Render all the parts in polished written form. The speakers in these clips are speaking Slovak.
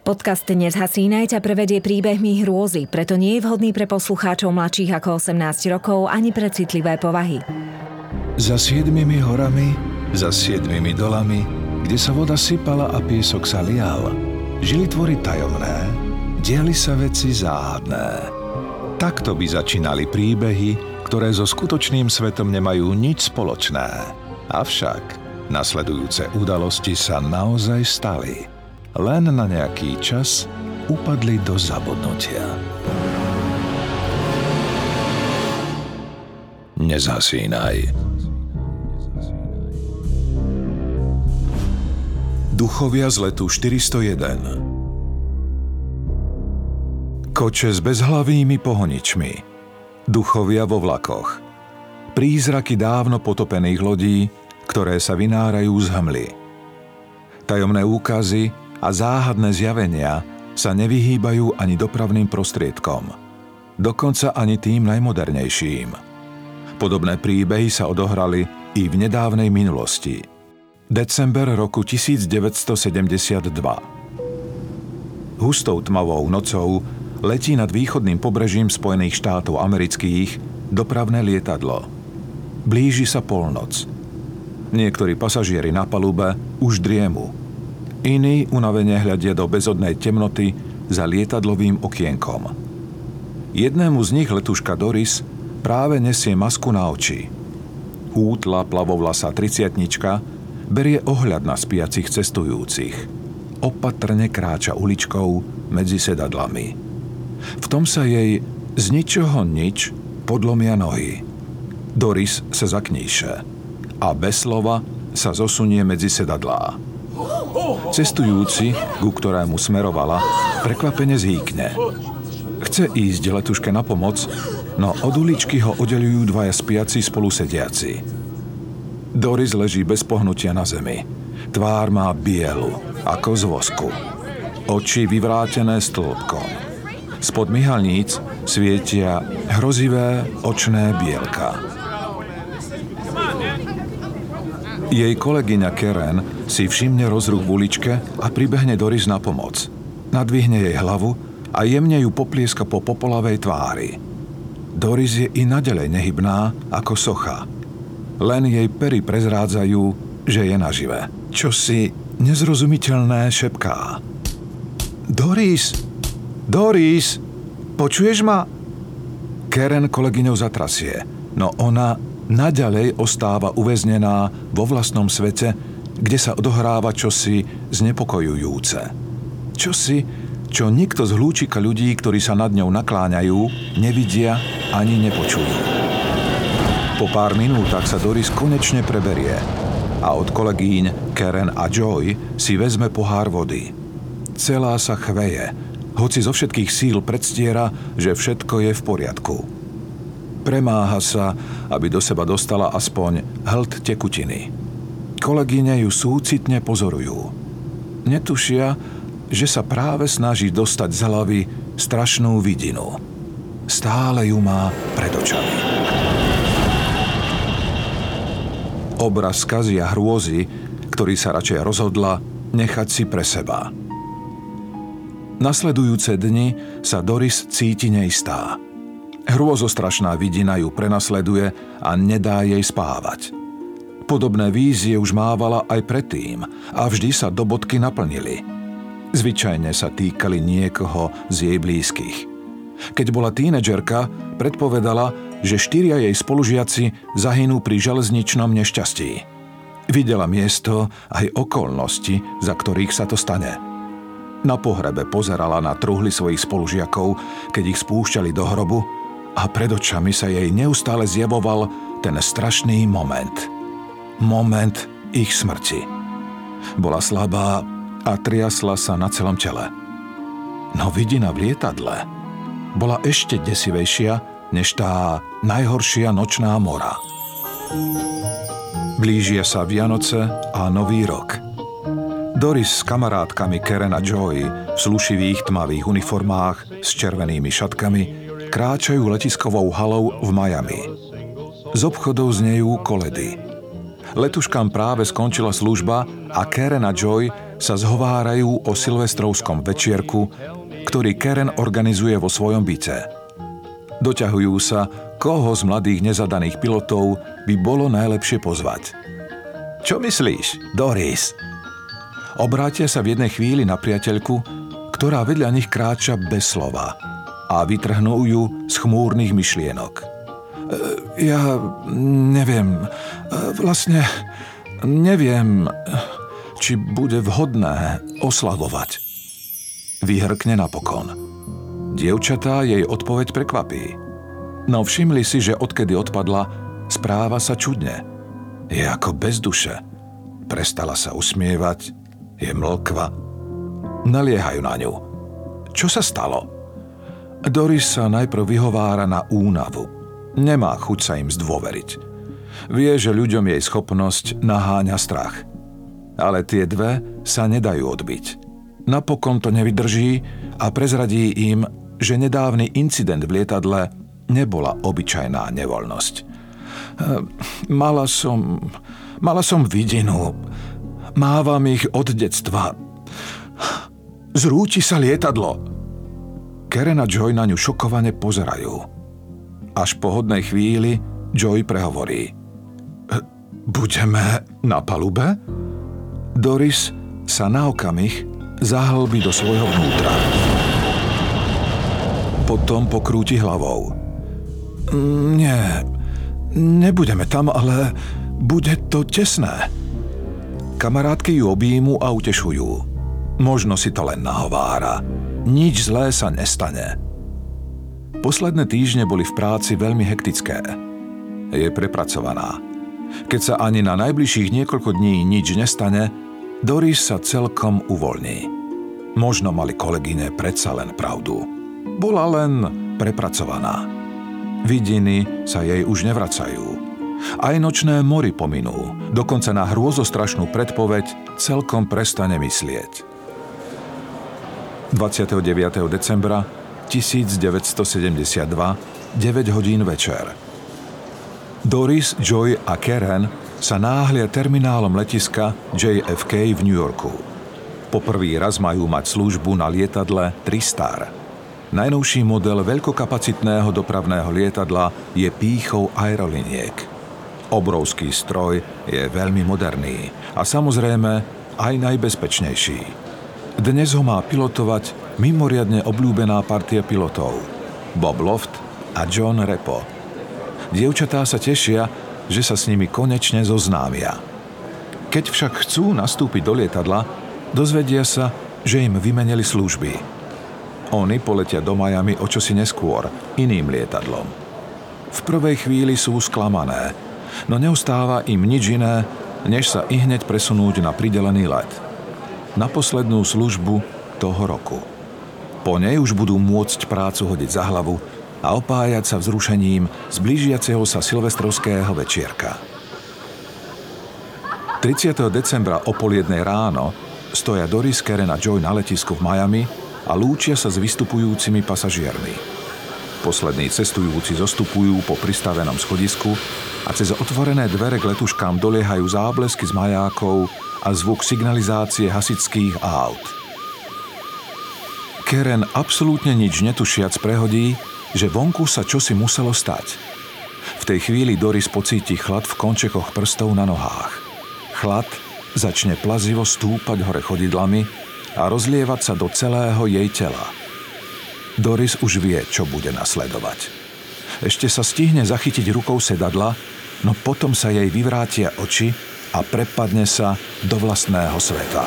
Podcast Dnes hasínaj ťa prevedie príbehmi hrôzy, preto nie je vhodný pre poslucháčov mladších ako 18 rokov ani pre citlivé povahy. Za 7 horami, za 7 dolami, kde sa voda sypala a piesok sa lial, žili tvory tajomné, diali sa veci záhadné. Takto by začínali príbehy, ktoré so skutočným svetom nemajú nič spoločné. Avšak nasledujúce udalosti sa naozaj stali. Len na nejaký čas upadli do zabudnutia. Nezhasínaj. Duchovia z letu 401. Koče s bezhlavými pohoničmi. Duchovia vo vlakoch. Prízraky dávno potopených lodí, ktoré sa vynárajú z hmly. Tajomné úkazy a záhadné zjavenia sa nevyhýbajú ani dopravným prostriedkom. Dokonca ani tým najmodernejším. Podobné príbehy sa odohrali i v nedávnej minulosti. December roku 1972. Hustou tmavou nocou letí nad východným pobrežím Spojených štátov amerických dopravné lietadlo. Blíži sa polnoc. Niektorí pasažieri na palube už driemu. Iní unavene hľadia do bezodnej temnoty za lietadlovým okienkom. Jednému z nich letuška Doris práve nesie masku na oči. Útla plavovlasá tridsiatnička berie ohľad na spiacich cestujúcich. Opatrne kráča uličkou medzi sedadlami. V tom sa jej z ničoho nič podlomia nohy. Doris sa zakníše a bez slova sa zosunie medzi sedadlá. Cestujúci, ku ktorému smerovala, prekvapene zhýkne. Chce ísť letuške na pomoc, no od uličky ho oddeľujú dvaja spiaci spolusediaci. Doris leží bez pohnutia na zemi. Tvár má bielu, ako z vosku. Oči vyvrátené stĺpkom. Spod myhalníc svietia hrozivé očné bielka. Jej kolegyňa Karen si všimne rozruch v uličke a pribehne Doris na pomoc. Nadvihne jej hlavu a jemne ju poplieska po popolavej tvári. Doris je i naďalej nehybná ako socha. Len jej pery prezrádzajú, že je nažive. Čosi nezrozumiteľné šepká. Doris! Doris! Počuješ ma? Karen kolegyňou zatrasie, no ona naďalej ostáva uväznená vo vlastnom svete, kde sa odohráva čosi znepokojujúce. Čosi, čo nikto z hlúčika ľudí, ktorí sa nad ňou nakláňajú, nevidia ani nepočujú. Po pár minútach sa Doris konečne preberie a od kolegyň Karen a Joy si vezme pohár vody. Celá sa chveje, hoci zo všetkých síl predstiera, že všetko je v poriadku. Premáha sa, aby do seba dostala aspoň hĺd tekutiny. Kolegyne ju súcitne pozorujú. Netušia, že sa práve snaží dostať z hlavy strašnú vidinu. Stále ju má pred očami. Obraz skazy a hrôzy, ktorý sa radšej rozhodla nechať si pre seba. Nasledujúce dni sa Doris cíti neistá. Hrôzostrašná vidina ju prenasleduje a nedá jej spávať. Podobné vízie už mávala aj predtým a vždy sa do bodky naplnili. Zvyčajne sa týkali niekoho z jej blízkych. Keď bola tínedžerka, predpovedala, že 4 jej spolužiaci zahynú pri železničnom nešťastí. Videla miesto aj okolnosti, za ktorých sa to stane. Na pohrebe pozerala na truhly svojich spolužiakov, keď ich spúšťali do hrobu, a pred očami sa jej neustále zjavoval ten strašný moment. Moment ich smrti. Bola slabá a triasla sa na celom tele. No vidina v lietadle bola ešte desivejšia než tá najhoršia nočná mora. Blížia sa Vianoce a Nový rok. Doris s kamarátkami Karen a Joy v slušivých tmavých uniformách s červenými šatkami kráčajú letiskovou halou v Miami. Z obchodov znejú koledy. Letuškám práve skončila služba a Karen a Joy sa zhovárajú o silvestrovskom večierku, ktorý Karen organizuje vo svojom byte. Doťahujú sa, koho z mladých nezadaných pilotov by bolo najlepšie pozvať. Čo myslíš, Doris? Obrátia sa v jednej chvíli na priateľku, ktorá vedľa nich kráča bez slova a vytrhnú ju z chmúrnych myšlienok. Ja neviem, neviem, či bude vhodné oslavovať. Vyhrkne napokon. Dievčatá jej odpoveď prekvapí. No všimli si, že odkedy odpadla, správa sa čudne. Je ako bez duše. Prestala sa usmievať, je mlkva. Naliehajú na ňu. Čo sa stalo? Doris sa najprv vyhovára na únavu. Nemá chuť sa im zdôveriť. Vie, že ľuďom jej schopnosť naháňa strach. Ale tie dve sa nedajú odbiť. Napokon to nevydrží a prezradí im, že nedávny incident v lietadle nebola obyčajná nevoľnosť. Mala som vidinu. Mávam ich od detstva. Zrúti sa lietadlo. Karen a Joy na ňu šokovane pozerajú. Až po hodnej chvíli Joy prehovorí. Budeme na palube? Doris sa na okamih zahlbí do svojho vnútra. Potom pokrúti hlavou. Nie, nebudeme tam, ale bude to tesné. Kamarátky ju objímu a utešujú. Možno si to len nahovára. Nič zlé sa nestane. Posledné týždne boli v práci veľmi hektické. Je prepracovaná. Keď sa ani na najbližších niekoľko dní nič nestane, Doris sa celkom uvoľní. Možno mali kolegyne predsa len pravdu. Bola len prepracovaná. Vidiny sa jej už nevracajú. Aj nočné mory pominú. Dokonca na hrôzostrašnú predpoveď celkom prestane myslieť. 29. decembra 1972, 9 hodín večer. Doris, Joy a Karen sa náhlia terminálom letiska JFK v New Yorku. Poprvý raz majú mať službu na lietadle Tristar. Najnovší model veľkokapacitného dopravného lietadla je pýchou aeroliniek. Obrovský stroj je veľmi moderný a samozrejme aj najbezpečnejší. Dnes ho má pilotovať mimoriadne obľúbená partia pilotov Bob Loft a John Repo. Dievčatá sa tešia, že sa s nimi konečne zoznámia. Keď však chcú nastúpiť do lietadla, dozvedia sa, že im vymenili služby. Oni poletia do Miami o čosi neskôr, iným lietadlom. V prvej chvíli sú sklamané, no neustáva im nič iné, než sa ihneď presunúť na pridelený let. Na poslednú službu toho roku. Po nej už budú môcť prácu hodiť za hlavu a opájať sa vzrušením z blížiaceho sa silvestrovského večierka. 30. decembra o 9:30 ráno stoja Doris, Karen a Joy na letisku v Miami a lúčia sa s vystupujúcimi pasažiermi. Poslední cestujúci zostupujú po pristavenom schodisku a cez otvorené dvere k letuškám doliehajú záblesky z majákov a zvuk signalizácie hasičských aut. Karen absolútne nič netušiac prehodí, že vonku sa čosi muselo stať. V tej chvíli Doris pocíti chlad v končekoch prstov na nohách. Chlad začne plazivo stúpať hore chodidlami a rozlievať sa do celého jej tela. Doris už vie, čo bude nasledovať. Ešte sa stihne zachytiť rukou sedadla, no potom sa jej vyvrátia oči a prepadne sa do vlastného sveta.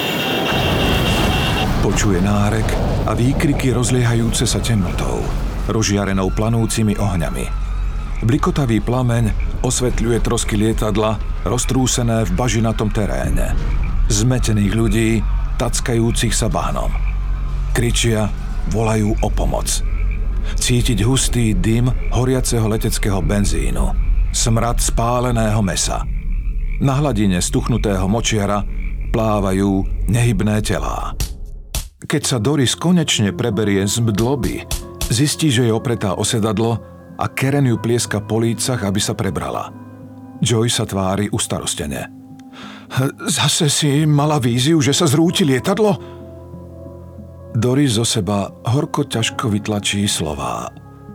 Počuje nárek a výkriky rozliehajúce sa temnotou, rozžiarenou planúcimi ohňami. Blikotavý plameň osvetľuje trosky lietadla, roztrúsené v bažinatom teréne. Zmetených ľudí, tackajúcich sa bahnom. Kričia, volajú o pomoc. Cítiť hustý dym horiaceho leteckého benzínu, smrad spáleného mäsa. Na hladine stuchnutého močiara plávajú nehybné telá. Keď sa Doris konečne preberie z mdloby, zistí, že je opretá o sedadlo a Karen ju plieska po lícach, aby sa prebrala. Joy sa tvári ustarostene. Zase si mala víziu, že sa zrúti lietadlo? Doris zo seba horko ťažko vytlačí slová.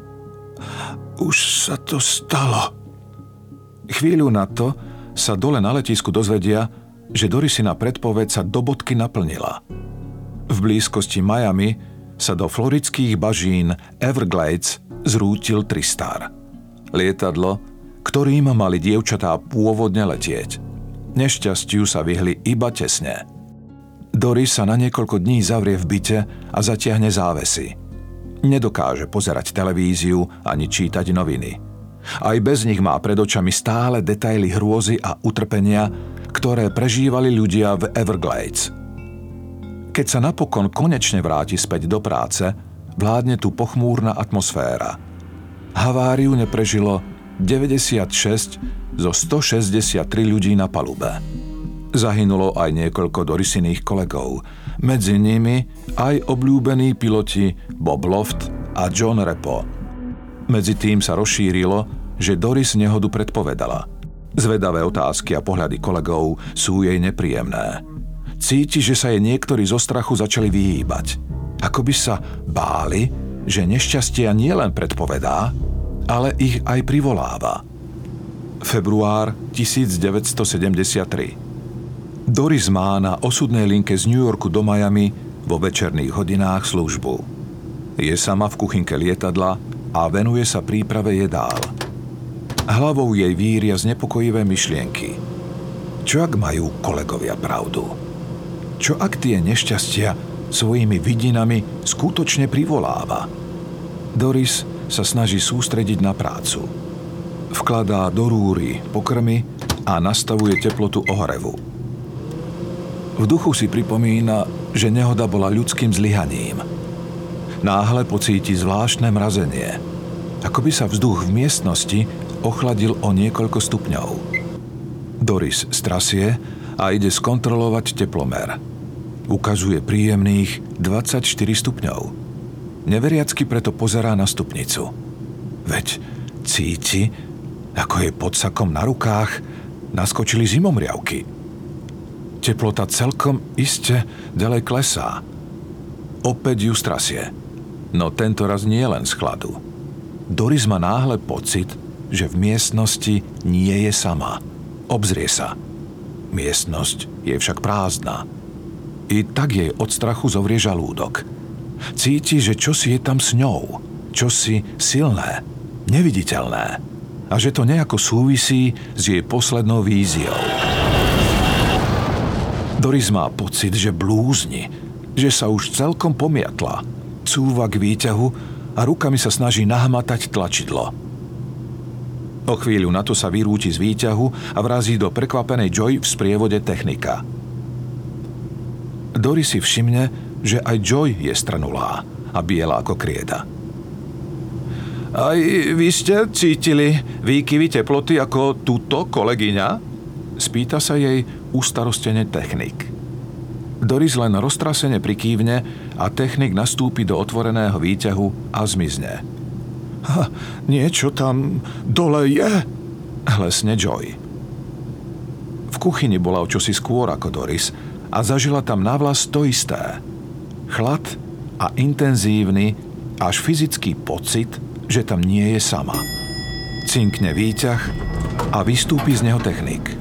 Už sa to stalo. Chvíľu na to sa dole na letisku dozvedia, že Dorisina predpoveď sa do bodky naplnila. V blízkosti Miami sa do floridských bažín Everglades zrútil Tristar. Lietadlo, ktorým mali dievčatá pôvodne letieť. Nešťastiu sa vyhli iba tesne. Doris sa na niekoľko dní zavrie v byte a zatiahne závesy. Nedokáže pozerať televíziu ani čítať noviny. Aj bez nich má pred očami stále detaily hrôzy a utrpenia, ktoré prežívali ľudia v Everglades. Keď sa napokon konečne vráti späť do práce, vládne tu pochmúrna atmosféra. Haváriu neprežilo 96 zo 163 ľudí na palube. Zahynulo aj niekoľko Dorisiných kolegov, medzi nimi aj obľúbení piloti Bob Loft a John Repo. Medzi tým sa rozšírilo, že Doris nehodu predpovedala. Zvedavé otázky a pohľady kolegov sú jej nepríjemné. Cíti, že sa jej niektorí zo strachu začali vyhýbať. Ako by sa báli, že nešťastia nielen predpovedá, ale ich aj privoláva. Február 1973. Doris má na osudnej linke z New Yorku do Miami vo večerných hodinách službu. Je sama v kuchynke lietadla a venuje sa príprave jedál. Hlavou jej víria znepokojivé myšlienky. Čo ak majú kolegovia pravdu? Čo ak tie nešťastia svojimi vidinami skutočne privoláva? Doris sa snaží sústrediť na prácu. Vkladá do rúry pokrmy a nastavuje teplotu ohrevu. V duchu si pripomína, že nehoda bola ľudským zlyhaním. Náhle pocíti zvláštne mrazenie. Ako by sa vzduch v miestnosti ochladil o niekoľko stupňov. Doris strasie a ide skontrolovať teplomer. Ukazuje príjemných 24 stupňov. Neveriacky preto pozerá na stupnicu. Veď cíti, ako jej pod sakom na rukách naskočili zimomriavky. Teplota celkom iste ďalej klesá. Opäť ju strasie. No tento raz nie len z chladu. Doris má náhle pocit, že v miestnosti nie je sama. Obzrie sa. Miestnosť je však prázdna. I tak jej od strachu zovrie žalúdok. Cíti, že čosi je tam s ňou. Čosi silné, neviditeľné. A že to nejako súvisí s jej poslednou víziou. Doris má pocit, že blúzni, že sa už celkom pomiatla. Cúva k výťahu a rukami sa snaží nahmatať tlačidlo. O chvíľu na to sa vyrúti z výťahu a vrazí do prekvapenej Joy v sprievode technika. Doris si všimne, že aj Joy je strnulá a biela ako krieda. Aj vy ste cítili výkyvy teploty ako túto kolegyňa? Spýta sa jej ustarostene technik. Doris len roztrasene prikývne a technik nastúpi do otvoreného výťahu a zmizne. Niečo tam dole je, hlesne Joy. V kuchyni bola o čosi skôr ako Doris a zažila tam navlas to isté. Chlad a intenzívny, až fyzický pocit, že tam nie je sama. Cinkne výťah a vystúpi z neho technik.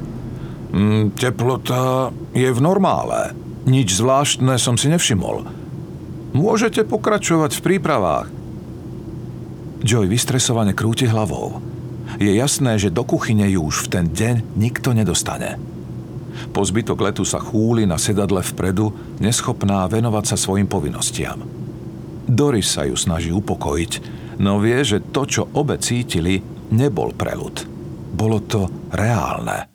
Teplota je v normále. Nič zvláštne som si nevšimol. Môžete pokračovať v prípravách. Joy vystresovane krúti hlavou. Je jasné, že do kuchyne ju už v ten deň nikto nedostane. Po zbytok letu sa chúli na sedadle vpredu, neschopná venovať sa svojim povinnostiam. Doris sa ju snaží upokojiť, no vie, že to, čo obe cítili, nebol preľud. Bolo to reálne.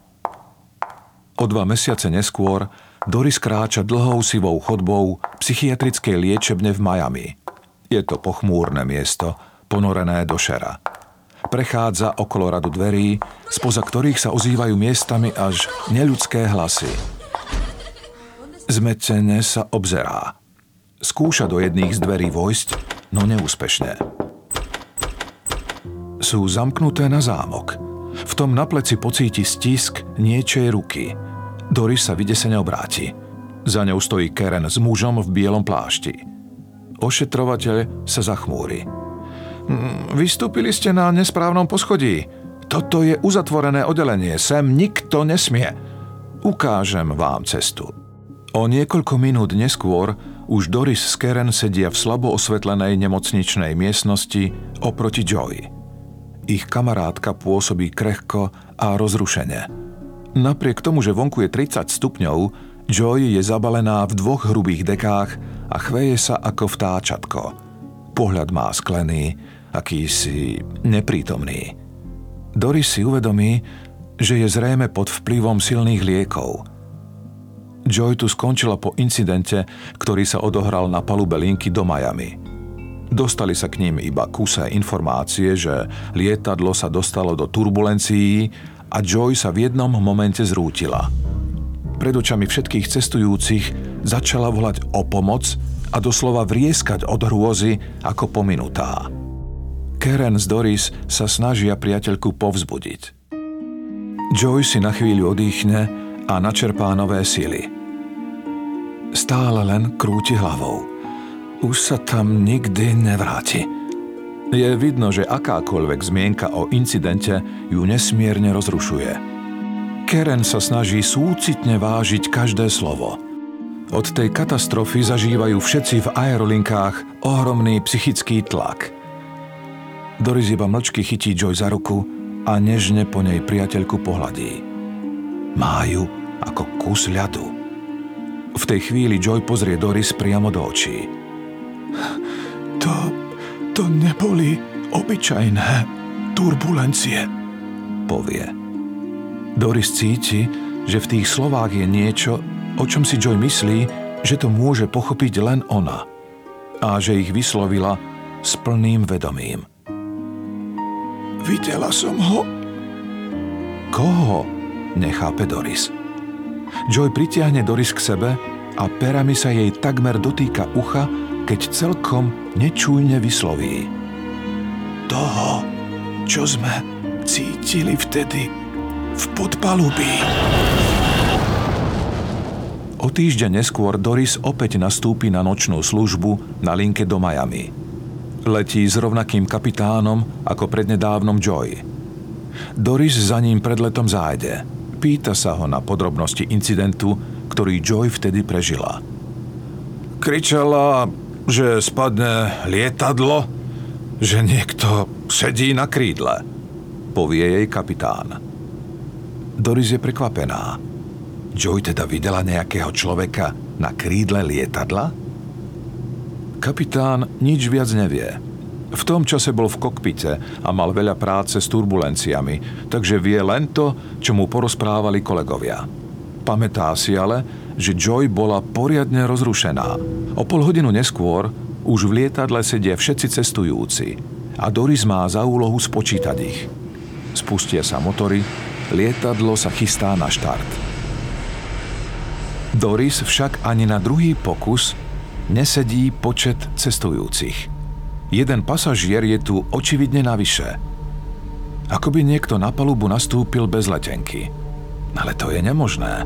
O 2 mesiace neskôr Doris kráča dlhou sivou chodbou psychiatrickej liečebne v Miami. Je to pochmúrne miesto, ponorené do šera. Prechádza okolo radu dverí, spoza ktorých sa ozývajú miestami až neľudské hlasy. Zmetene sa obzerá. Skúša do jedných z dverí vojsť, no neúspešne. Sú zamknuté na zámok. V tom na pleci pocíti stisk niečej ruky. Doris sa vydesene obráti. Za ňou stojí Karen s mužom v bielom plášti. Ošetrovateľ sa zachmúri. Vystúpili ste na nesprávnom poschodí. Toto je uzatvorené oddelenie, sem nikto nesmie. Ukážem vám cestu. O niekoľko minút neskôr už Doris s Karen sedia v slabo osvetlenej nemocničnej miestnosti oproti Joy. Ich kamarátka pôsobí krehko a rozrušene. Napriek tomu, že vonku je 30 stupňov, Joy je zabalená v 2 hrubých dekách a chveje sa ako vtáčatko. Pohľad má sklený, akýsi neprítomný. Doris si uvedomí, že je zrejme pod vplyvom silných liekov. Joy tu skončila po incidente, ktorý sa odohral na palube linky do Miami. Dostali sa k ním iba kusé informácie, že lietadlo sa dostalo do turbulencií a Joy sa v jednom momente zrútila. Pred očami všetkých cestujúcich začala volať o pomoc a doslova vrieskať od hrôzy ako pominutá. Karen s Doris sa snažia priateľku povzbudiť. Joy si na chvíľu odýchne a načerpá nové sily. Stále len krúti hlavou. Už sa tam nikdy nevráti. Je vidno, že akákoľvek zmienka o incidente ju nesmierne rozrušuje. Karen sa snaží súcitne vážiť každé slovo. Od tej katastrofy zažívajú všetci v aerolinkách ohromný psychický tlak. Doris iba mlčky chytí Joy za ruku a nežne po nej priateľku pohľadí. Má ju ako kus ľadu. V tej chvíli Joy pozrie Doris priamo do očí. To neboli obyčajné turbulencie, povie. Doris cíti, že v tých slovách je niečo, o čom si Joy myslí, že to môže pochopiť len ona a že ich vyslovila s plným vedomím. Videla som ho. Koho? Nechápe Doris. Joy pritiahne Doris k sebe a perami sa jej takmer dotýka ucha, keď celkom nečújne vysloví. Toho, čo sme cítili vtedy v podpalubí. O týždeň neskôr Doris opäť nastúpi na nočnú službu na linke do Miami. Letí s rovnakým kapitánom ako prednedávnom Joy. Doris za ním pred letom zájde. Pýta sa ho na podrobnosti incidentu, ktorý Joy vtedy prežila. Kričala, že spadne lietadlo, že niekto sedí na krídle, povie jej kapitán. Doris je prekvapená. Joy teda videla nejakého človeka na krídle lietadla? Kapitán nič viac nevie. V tom čase bol v kokpite a mal veľa práce s turbulenciami, takže vie len to, čo mu porozprávali kolegovia. Pamätá si ale, že Joy bola poriadne rozrušená. O pol hodinu neskôr už v lietadle sedia všetci cestujúci a Doris má za úlohu spočítať ich. Spustia sa motory, lietadlo sa chystá na štart. Doris však ani na druhý pokus nesedí počet cestujúcich. Jeden pasažier je tu očividne navyše. Ako by niekto na palubu nastúpil bez letenky. Ale to je nemožné.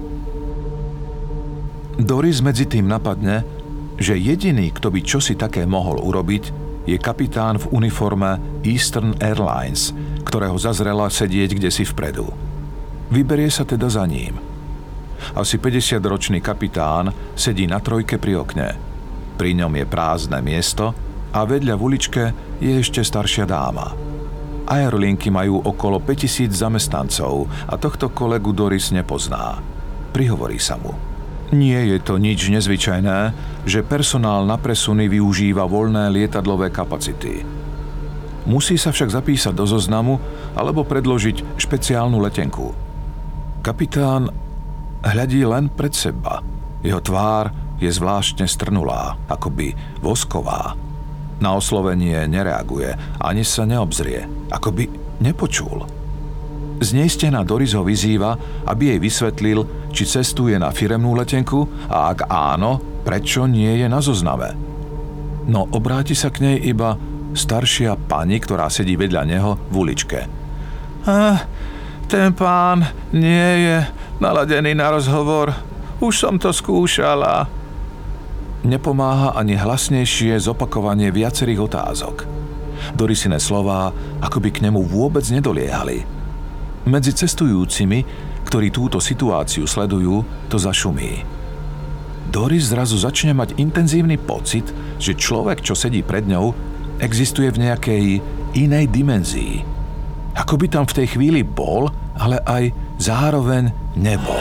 Doris medzi tým napadne, že jediný, kto by čosi také mohol urobiť, je kapitán v uniforme Eastern Airlines, ktorého zazrela sedieť kdesi vpredu. Vyberie sa teda za ním. Asi 50-ročný kapitán sedí na trojke pri okne. Pri ňom je prázdne miesto a vedľa v uličke je ešte staršia dáma. Aerolinky majú okolo 5000 zamestnancov a tohto kolegu Doris nepozná. Prihovorí sa mu. Nie je to nič nezvyčajné, že personál na presuny využíva voľné lietadlové kapacity. Musí sa však zapísať do zoznamu alebo predložiť špeciálnu letenku. Kapitán hľadí len pred seba. Jeho tvár je zvláštne strnulá, akoby vosková. Na oslovenie nereaguje, ani sa neobzrie, akoby nepočul. Zneistená Doris ho vyzýva, aby jej vysvetlil, či cestuje na firemnú letenku a ak áno, prečo nie je na zozname. No obráti sa k nej iba staršia pani, ktorá sedí vedľa neho v uličke. Ten pán nie je naladený na rozhovor. Už som to skúšala. Nepomáha ani hlasnejšie zopakovanie viacerých otázok. Dorisine slová akoby k nemu vôbec nedoliehali. Medzi cestujúcimi, ktorí túto situáciu sledujú, to zašumí. Doris zrazu začne mať intenzívny pocit, že človek, čo sedí pred ňou, existuje v nejakej inej dimenzii. Ako by tam v tej chvíli bol, ale aj zároveň nebol.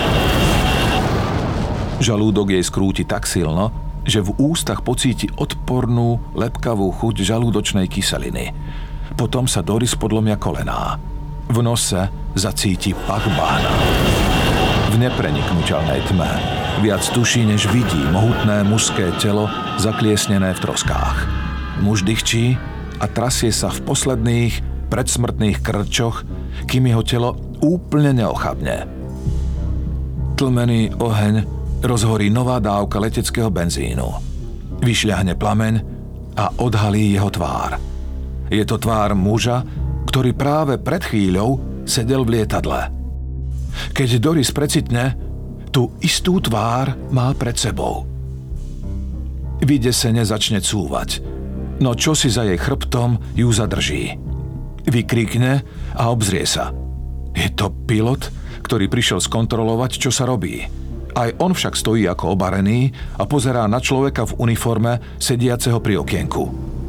Žalúdok jej skrúti tak silno, že v ústach pocíti odpornú, lepkavú chuť žalúdočnej kyseliny. Potom sa Doris podlomia kolená. V nose zacíti pach bahna. V nepreniknuteľnej tme viac tuší, než vidí mohutné mužské telo zakliesnené v troskách. Muž dychčí a trasie sa v posledných predsmrtných krčoch, kým jeho telo úplne neochabne. Tlmený oheň rozhorí nová dávka leteckého benzínu. Vyšľahne plameň a odhalí jeho tvár. Je to tvár muža, ktorý práve pred chvíľou sedel v lietadle. Keď Doris precitne, tú istú tvár má pred sebou. Vydesene začne cúvať, no čosi za jej chrbtom ju zadrží. Vykríkne a obzrie sa. Je to pilot, ktorý prišiel skontrolovať, čo sa robí. Aj on však stojí ako obarený a pozerá na človeka v uniforme sediaceho pri okienku.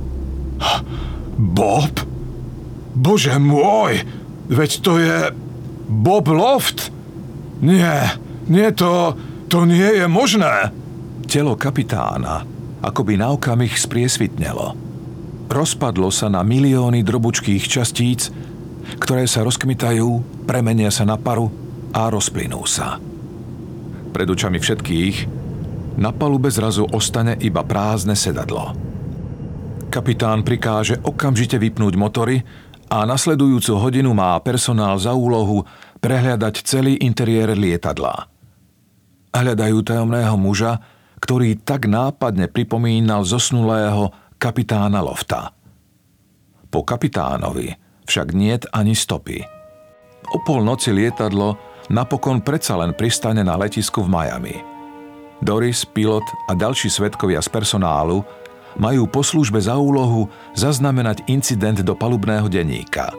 Bob? Bože môj! Veď to je Bob Loft! Nie, to nie je možné! Telo kapitána akoby na okamih spriesvitnelo. Rozpadlo sa na milióny drobučkých častíc, ktoré sa rozkmitajú, premenia sa na paru a rozplynú sa. Pred očami všetkých na palube zrazu ostane iba prázdne sedadlo. Kapitán prikáže okamžite vypnúť motory a nasledujúcu hodinu má personál za úlohu prehľadať celý interiér lietadla. Hľadajú tajomného muža, ktorý tak nápadne pripomínal zosnulého kapitána Lofta. Po kapitánovi však niet ani stopy. O polnoci lietadlo napokon predsa len pristane na letisku v Miami. Doris, pilot a ďalší svedkovia z personálu majú po službe za úlohu zaznamenať incident do palubného denníka.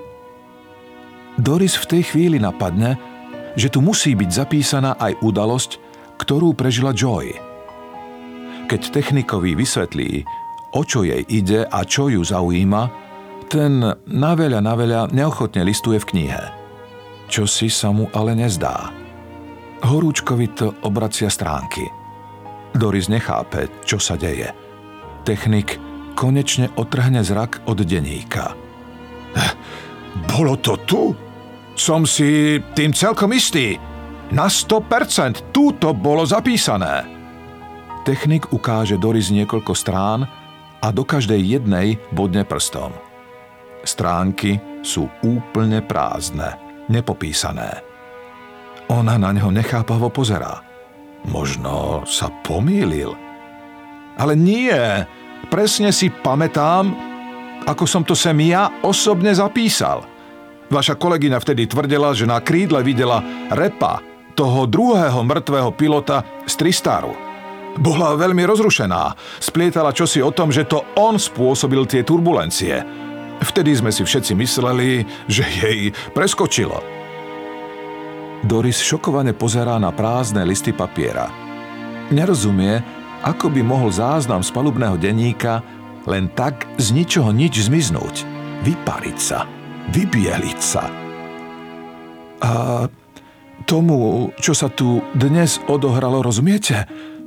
Doris v tej chvíli napadne, že tu musí byť zapísaná aj udalosť, ktorú prežila Joy. Keď technikovi vysvetlí, o čo jej ide a čo ju zaujíma, ten naveľa neochotne listuje v knihe. Čo si sa mu ale nezdá. Horúčkovito obracia stránky. Doris nechápe, čo sa deje. Technik konečne otrhne zrak od denníka. Bolo to tu? Som si tým celkom istý. Na 100% túto bolo zapísané. Technik ukáže Doris niekoľko strán a do každej jednej bodne prstom. Stránky sú úplne prázdne. Nepopísané. Ona na ňo nechápavo pozerá. Možno sa pomýlil. Ale nie, presne si pamätám, ako som to sem ja osobne zapísal. Vaša kolegyňa vtedy tvrdila, že na krídle videla Repa, toho druhého mŕtvého pilota z Tristaru. Bola veľmi rozrušená. Splietala čosi o tom, že to on spôsobil tie turbulencie. Vtedy sme si všetci mysleli, že jej preskočilo. Doris šokovane pozerá na prázdne listy papiera. Nerozumie, ako by mohol záznam z palubného denníka len tak z ničoho nič zmiznúť. Vypariť sa. Vybieliť sa. A tomu, čo sa tu dnes odohralo, rozumiete?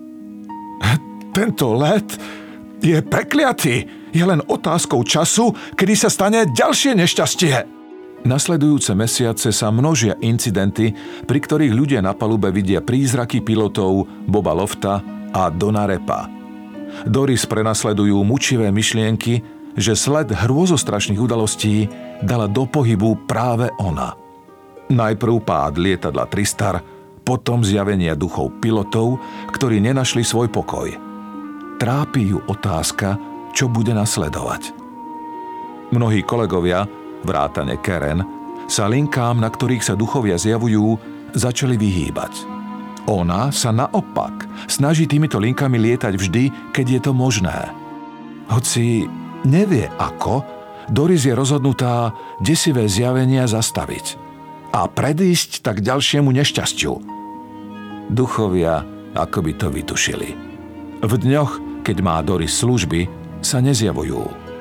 Tento let je prekliatý. Je len otázkou času, kedy sa stane ďalšie nešťastie. Nasledujúce mesiace sa množia incidenty, pri ktorých ľudia na palube vidia prízraky pilotov Boba Lofta a Dona Repa. Doris prenasledujú mučivé myšlienky, že sled hrôzostrašných udalostí dala do pohybu práve ona. Najprv pád lietadla Tristar, potom zjavenia duchov pilotov, ktorí nenašli svoj pokoj. Trápi ju otázka, čo bude nasledovať. Mnohí kolegovia, vrátane Karen, sa linkám, na ktorých sa duchovia zjavujú, začali vyhýbať. Ona sa naopak snaží týmito linkami lietať vždy, keď je to možné. Hoci nevie ako, Doris je rozhodnutá desivé zjavenia zastaviť a predísť tak ďalšiemu nešťastiu. Duchovia akoby to vytušili. V dňoch, keď má Doris služby, sa nezjavujú.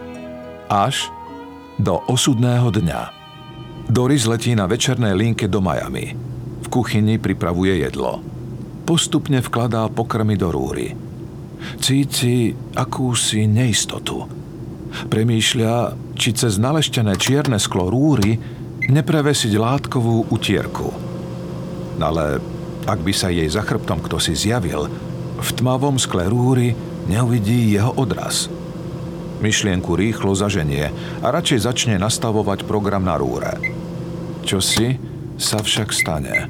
Až do osudného dňa. Doris letí na večernej linke do Miami. V kuchyni pripravuje jedlo. Postupne vkladá pokrmy do rúry. Cíti akúsi neistotu. Premýšľa, či cez naleštené čierne sklo rúry neprevesiť látkovú utierku. Ale ak by sa jej za chrbtom kdosi zjavil, v tmavom skle rúry neuvidí jeho odraz. Myšlienku rýchlo zaženie a radšej začne nastavovať program na rúre. Čosi sa však stane.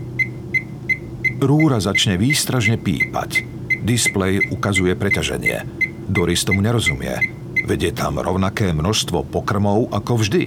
Rúra začne výstražne pípať. Displej ukazuje preťaženie. Doris tomu nerozumie. Veď je tam rovnaké množstvo pokrmov ako vždy.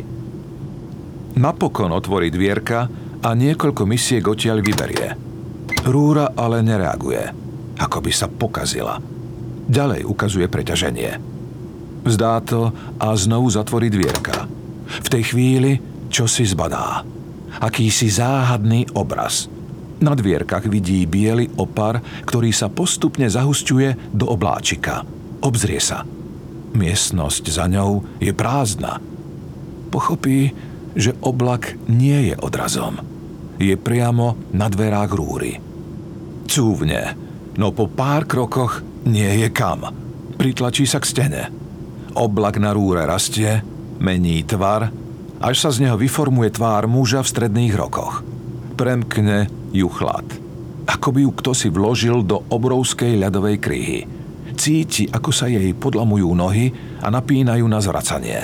Napokon otvorí dvierka a niekoľko misiek odtiaľ vyberie. Rúra ale nereaguje. Ako by sa pokazila. Ďalej ukazuje preťaženie. Vzdá to a znovu zatvorí dvierka. V tej chvíli čosi zbadá. Akýsi záhadný obraz. Na dvierkach vidí biely opar, ktorý sa postupne zahusťuje do obláčika. Obzrie sa. Miestnosť za ňou je prázdna. Pochopí, že oblak nie je odrazom. Je priamo na dverách rúry. Cúvne, no po pár krokoch nie je kam. Pritlačí sa k stene. Oblak na rúre rastie, mení tvar, až sa z neho vyformuje tvár muža v stredných rokoch. Premkne ju chlad. Ako by ju ktosi vložil do obrovskej ľadovej kryhy. Cíti, ako sa jej podlamujú nohy a napínajú na zvracanie.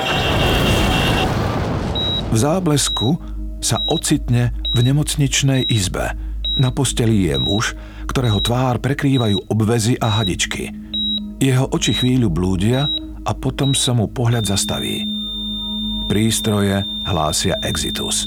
V záblesku sa ocitne v nemocničnej izbe. Na posteli je muž, ktorého tvár prekrývajú obväzy a hadičky. Jeho oči chvíľu blúdia a potom sa mu pohľad zastaví. Prístroje hlásia exitus.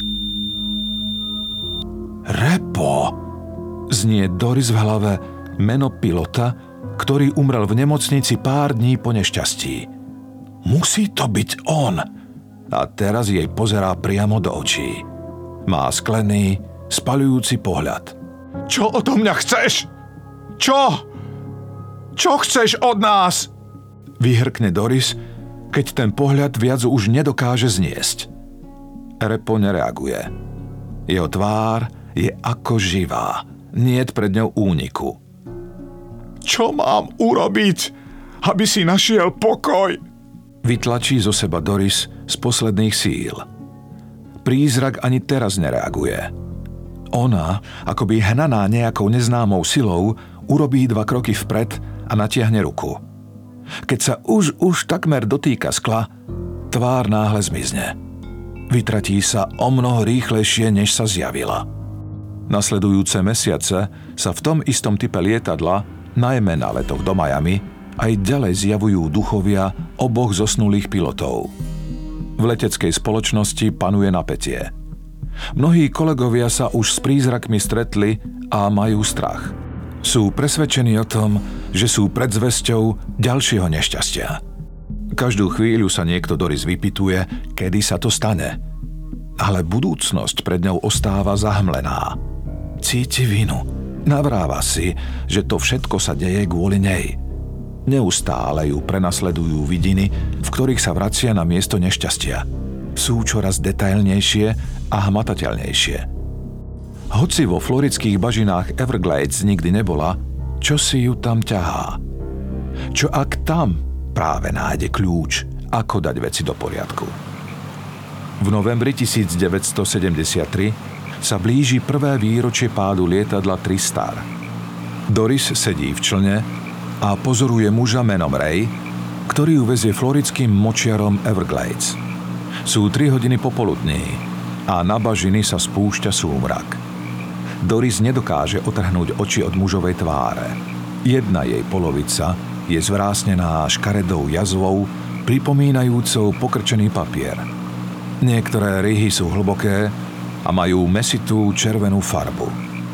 Repo! Znie Doris v hlave meno pilota, ktorý umrel v nemocnici pár dní po nešťastí. Musí to byť on! A teraz jej pozerá priamo do očí. Má sklený, spaľujúci pohľad. Čo odo mňa chceš? Čo? Čo chceš od nás? Vyhrkne Doris, keď ten pohľad viac už nedokáže zniesť. Repo nereaguje. Jeho tvár je ako živá. Niet pred ňou úniku. Čo mám urobiť, aby si našiel pokoj? Vytlačí zo seba Doris z posledných síl. Prízrak ani teraz nereaguje. Ona, akoby hnaná nejakou neznámou silou, urobí 2 kroky vpred a natiahne ruku. Keď sa už takmer dotýka skla, tvár náhle zmizne. Vytratí sa o mnoho rýchlejšie, než sa zjavila. Nasledujúce mesiace sa v tom istom type lietadla, najmä na letoch do Miami, aj ďalej zjavujú duchovia oboch zosnulých pilotov. V leteckej spoločnosti panuje napätie. Mnohí kolegovia sa už s prízrakmi stretli a majú strach. Sú presvedčení o tom, že sú predzvesťou ďalšieho nešťastia. Každú chvíľu sa niekto Doris vypytuje, kedy sa to stane. Ale budúcnosť pred ňou ostáva zahmlená. Cíti vinu. Navráva si, že to všetko sa deje kvôli nej. Neustále ju prenasledujú vidiny, v ktorých sa vracia na miesto nešťastia. Sú čoraz detailnejšie a hmatateľnejšie. Hoci vo floridských bažinách Everglades nikdy nebola, čo si ju tam ťahá? Čo ak tam práve nájde kľúč, ako dať veci do poriadku? V novembri 1973 sa blíži prvé výročie pádu lietadla Tristar. Doris sedí v člne a pozoruje muža menom Ray, ktorý ju vezie floridským močiarom Everglades. Sú 3 hodiny popoludní a na bažiny sa spúšťa súmrak. Doris nedokáže otrhnúť oči od mužovej tváre. Jedna jej polovica je zvrásnená škaredou jazvou, pripomínajúcou pokrčený papier. Niektoré ryhy sú hlboké a majú mäsitú červenú farbu.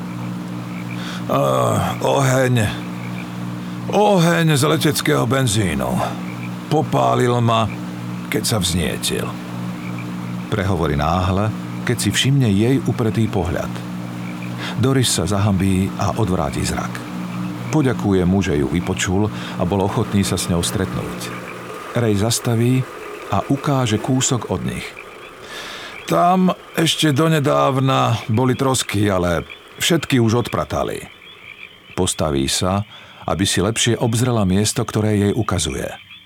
Oheň z leteckého benzínu. Popálil ma, keď sa vznietil. Prehovorí náhle, keď si všimne jej upretý pohľad. Doris sa zahambí a odvráti zrak. Poďakuje mu, že ju vypočul a bol ochotný sa s ňou stretnúť. Ray zastaví a ukáže kúsok od nich. Tam ešte donedávna boli trosky, ale všetky už odpratali. Postaví sa, aby si lepšie obzrela miesto, ktoré jej ukazuje.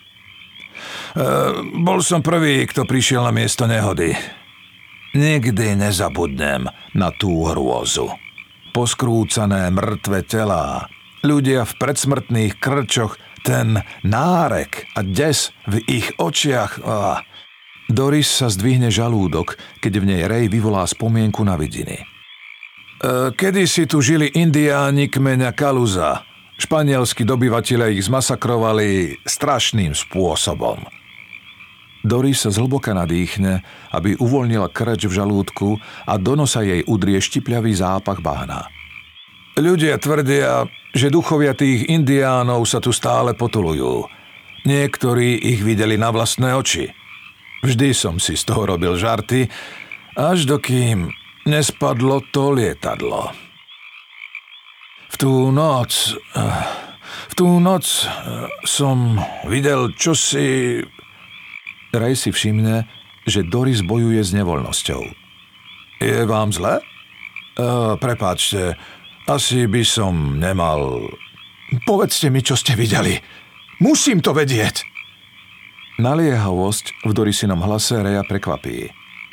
Bol som prvý, kto prišiel na miesto nehody. Nikdy nezabudnem na tú hrôzu. Poskrúcané mŕtve telá, ľudia v predsmrtných krčoch, ten nárek a des v ich očiach. Doris sa zdvihne žalúdok, keď v nej Ray vyvolá spomienku na vidiny. Kedysi tu žili indiáni kmeňa Kaluza. Španielskí dobyvatelia ich zmasakrovali strašným spôsobom. Doris sa zhlboka nadýchne, aby uvoľnila krč v žalúdku a do nosa jej udrie štipľavý zápach bahna. Ľudia tvrdia, že duchovia tých indiánov sa tu stále potulujú. Niektorí ich videli na vlastné oči. Vždy som si z toho robil žarty, až dokým nespadlo to lietadlo. V tú noc som videl čosi... Ray si všimne, že Doris bojuje s nevoľnosťou. Je vám zle? Prepáčte, asi by som nemal... Povedzte mi, čo ste videli. Musím to vedieť. Naliehavosť v Dorisinom hlase Raya prekvapí.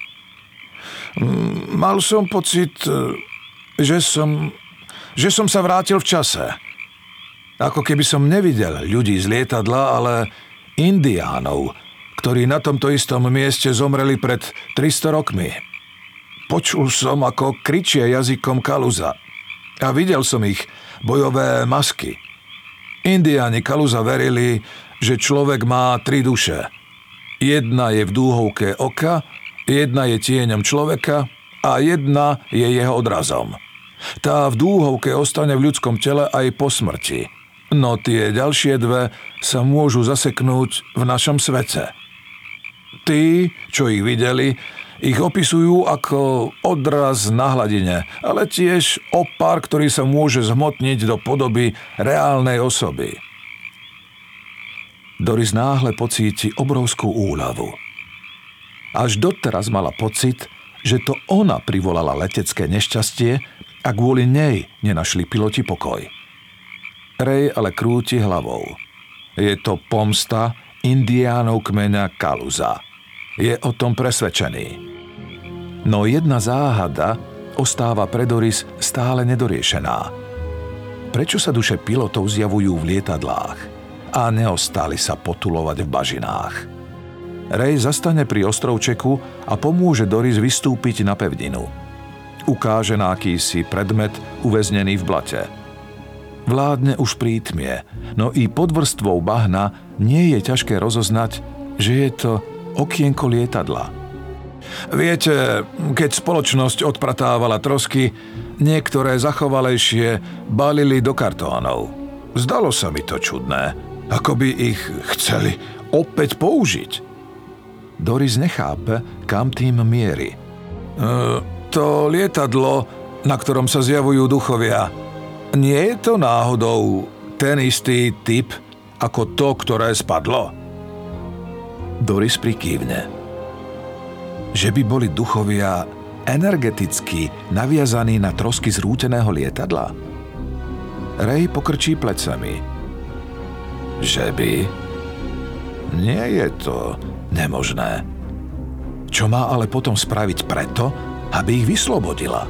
Mal som pocit, že som sa vrátil v čase. Ako keby som nevidel ľudí z lietadla, ale indiánov, ktorí na tomto istom mieste zomreli pred 300 rokmi. Počul som, ako kričia jazykom Kaluza. A videl som ich bojové masky. Indiáni Kaluza verili, že človek má 3 duše. Jedna je v dúhovke oka, jedna je tieňom človeka a jedna je jeho odrazom. Tá v dúhovke ostane v ľudskom tele aj po smrti. No tie ďalšie 2 sa môžu zaseknúť v našom svete. Tí, čo ich videli, ich opisujú ako odraz na hladine, ale tiež opar, ktorý sa môže zhmotniť do podoby reálnej osoby. Doris náhle pocíti obrovskú úľavu. Až doteraz mala pocit, že to ona privolala letecké nešťastie a kvôli nej nenašli piloti pokoj. Ray ale krúti hlavou. Je to pomsta indiánov kmeňa Kaluza. Je o tom presvedčený. No jedna záhada ostáva pre Doris stále nedoriešená. Prečo sa duše pilotov zjavujú v lietadlách a neostali sa potulovať v bažinách? Ray zastane pri ostrovčeku a pomôže Doris vystúpiť na pevninu. Ukáže na akýsi predmet uväznený v blate. Vládne už prítmie, no i pod vrstvou bahna nie je ťažké rozoznať, že je to okienko lietadla. Viete, keď spoločnosť odpratávala trosky, niektoré zachovalejšie balili do kartónov. Zdalo sa mi to čudné, ako by ich chceli opäť použiť. Doris nechápe, kam tým mierí. To lietadlo, na ktorom sa zjavujú duchovia, nie je to náhodou ten istý typ ako to, ktoré spadlo? Doris prikývne. Že by boli duchovia energeticky naviazaní na trosky zrúteného lietadla? Ray pokrčí plecami. Že by? Nie je to nemožné. Čo má ale potom spraviť preto, aby ich vyslobodila?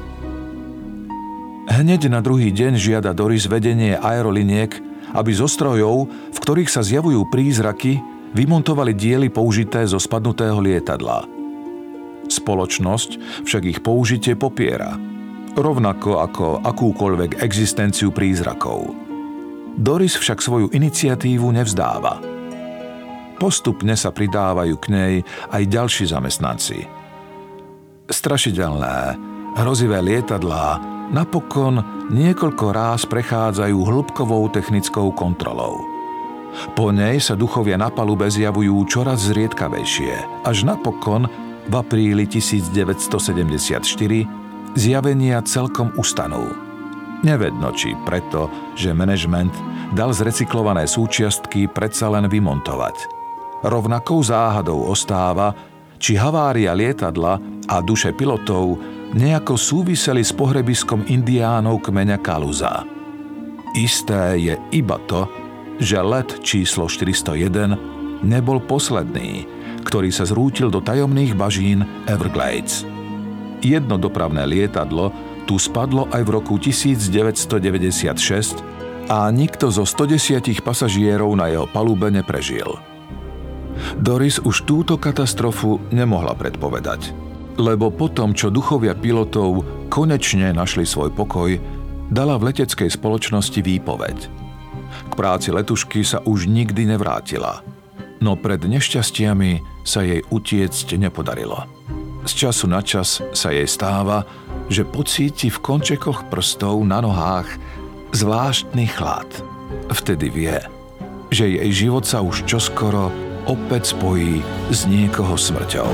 Hneď na druhý deň žiada Doris vedenie aeroliniek, aby zo strojov, v ktorých sa zjavujú prízraky, vymontovali diely použité zo spadnutého lietadla. Spoločnosť však ich použitie popiera, rovnako ako akúkoľvek existenciu prízrakov. Doris však svoju iniciatívu nevzdáva. Postupne sa pridávajú k nej aj ďalší zamestnanci. Strašidelné, hrozivé lietadlá napokon niekoľko ráz prechádzajú hĺbkovou technickou kontrolou. Po nej sa duchovia na palube zjavujú čoraz zriedkavejšie, až napokon v apríli 1974 zjavenia celkom ustanú. Nevedno, či preto, že manažment dal zrecyklované súčiastky predsa len vymontovať. Rovnakou záhadou ostáva, či havária lietadla a duše pilotov nejako súviseli s pohrebiskom indiánov kmeňa Kaluza. Isté je iba to, že let číslo 401 nebol posledný, ktorý sa zrútil do tajomných bažín Everglades. Jedno dopravné lietadlo tu spadlo aj v roku 1996 a nikto zo 110 pasažierov na jeho palube neprežil. Doris už túto katastrofu nemohla predpovedať, lebo potom, čo duchovia pilotov konečne našli svoj pokoj, dala v leteckej spoločnosti výpoveď. K práci letušky sa už nikdy nevrátila, no pred nešťastiami sa jej utiecť nepodarilo. Z času na čas sa jej stáva, že pocíti v končekoch prstov na nohách zvláštny chlad. Vtedy vie, že jej život sa už čoskoro opäť spojí s niekoho smrťou.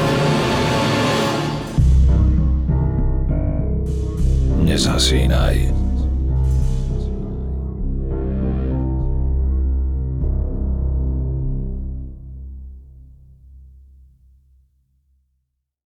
Nezasínaj.